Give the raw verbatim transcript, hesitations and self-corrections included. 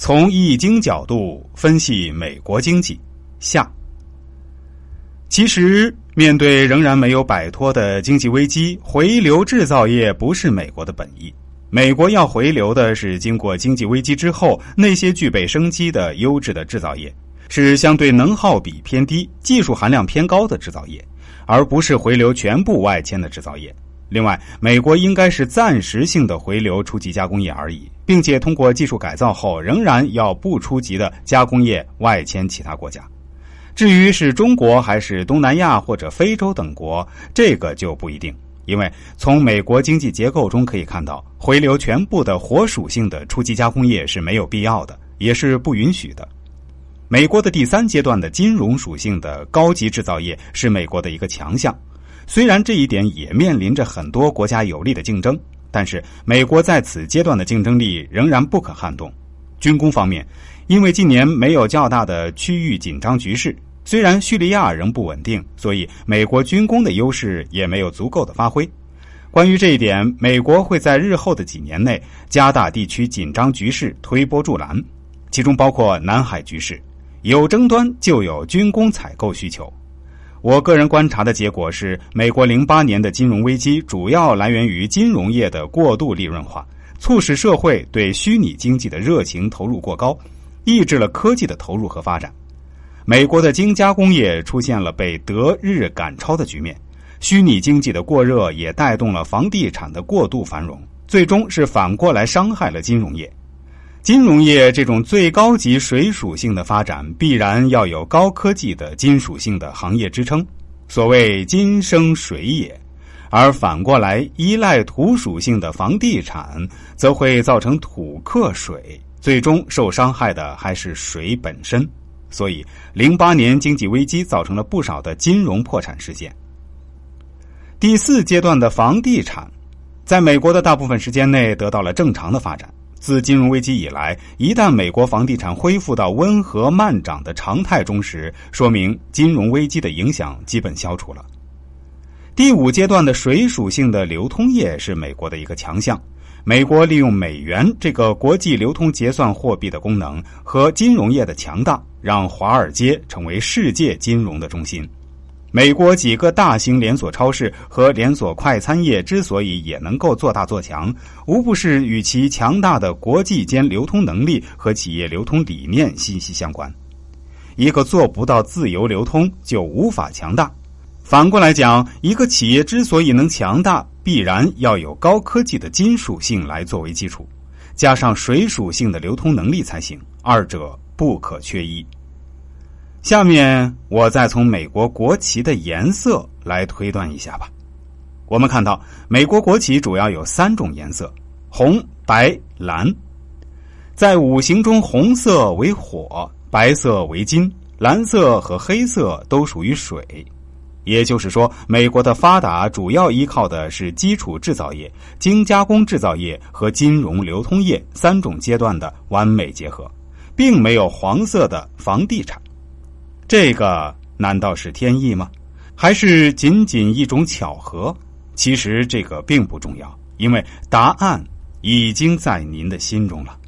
从易经角度分析美国经济下。其实面对仍然没有摆脱的经济危机，回流制造业不是美国的本意。美国要回流的是经过经济危机之后那些具备生机的优质的制造业，是相对能耗比偏低、技术含量偏高的制造业，而不是回流全部外迁的制造业。另外，美国应该是暂时性的回流初级加工业而已，并且通过技术改造后仍然要不初级的加工业外迁其他国家。至于是中国还是东南亚或者非洲等国，这个就不一定，因为从美国经济结构中可以看到，回流全部的活属性的初级加工业是没有必要的，也是不允许的。美国的第三阶段的金融属性的高级制造业是美国的一个强项，虽然这一点也面临着很多国家有力的竞争，但是美国在此阶段的竞争力仍然不可撼动。军工方面，因为近年没有较大的区域紧张局势，虽然叙利亚仍不稳定，所以美国军工的优势也没有足够的发挥。关于这一点，美国会在日后的几年内加大地区紧张局势推波助澜，其中包括南海局势，有争端就有军工采购需求。我个人观察的结果是，美国零八年的金融危机主要来源于金融业的过度利润化，促使社会对虚拟经济的热情投入过高，抑制了科技的投入和发展。美国的精加工业出现了被德日赶超的局面，虚拟经济的过热也带动了房地产的过度繁荣，最终是反过来伤害了金融业。金融业这种最高级水属性的发展，必然要有高科技的金属性的行业支撑，所谓金生水也。而反过来依赖土属性的房地产，则会造成土克水，最终受伤害的还是水本身。所以零八年经济危机造成了不少的金融破产事件。第四阶段的房地产在美国的大部分时间内得到了正常的发展。自金融危机以来，一旦美国房地产恢复到温和慢涨的常态中时，说明金融危机的影响基本消除了。第五阶段的水属性的流通业是美国的一个强项。美国利用美元这个国际流通结算货币的功能和金融业的强大，让华尔街成为世界金融的中心。美国几个大型连锁超市和连锁快餐业之所以也能够做大做强，无不是与其强大的国际间流通能力和企业流通理念息息相关。一个做不到自由流通，就无法强大。反过来讲，一个企业之所以能强大，必然要有高科技的金属性来作为基础，加上水属性的流通能力才行，二者不可缺一。下面我再从美国国旗的颜色来推断一下吧。我们看到美国国旗主要有三种颜色，红、白、蓝。在五行中，红色为火，白色为金，蓝色和黑色都属于水。也就是说，美国的发达主要依靠的是基础制造业、精加工制造业和金融流通业三种阶段的完美结合，并没有黄色的房地产。这个难道是天意吗？还是仅仅一种巧合？其实这个并不重要，因为答案已经在您的心中了。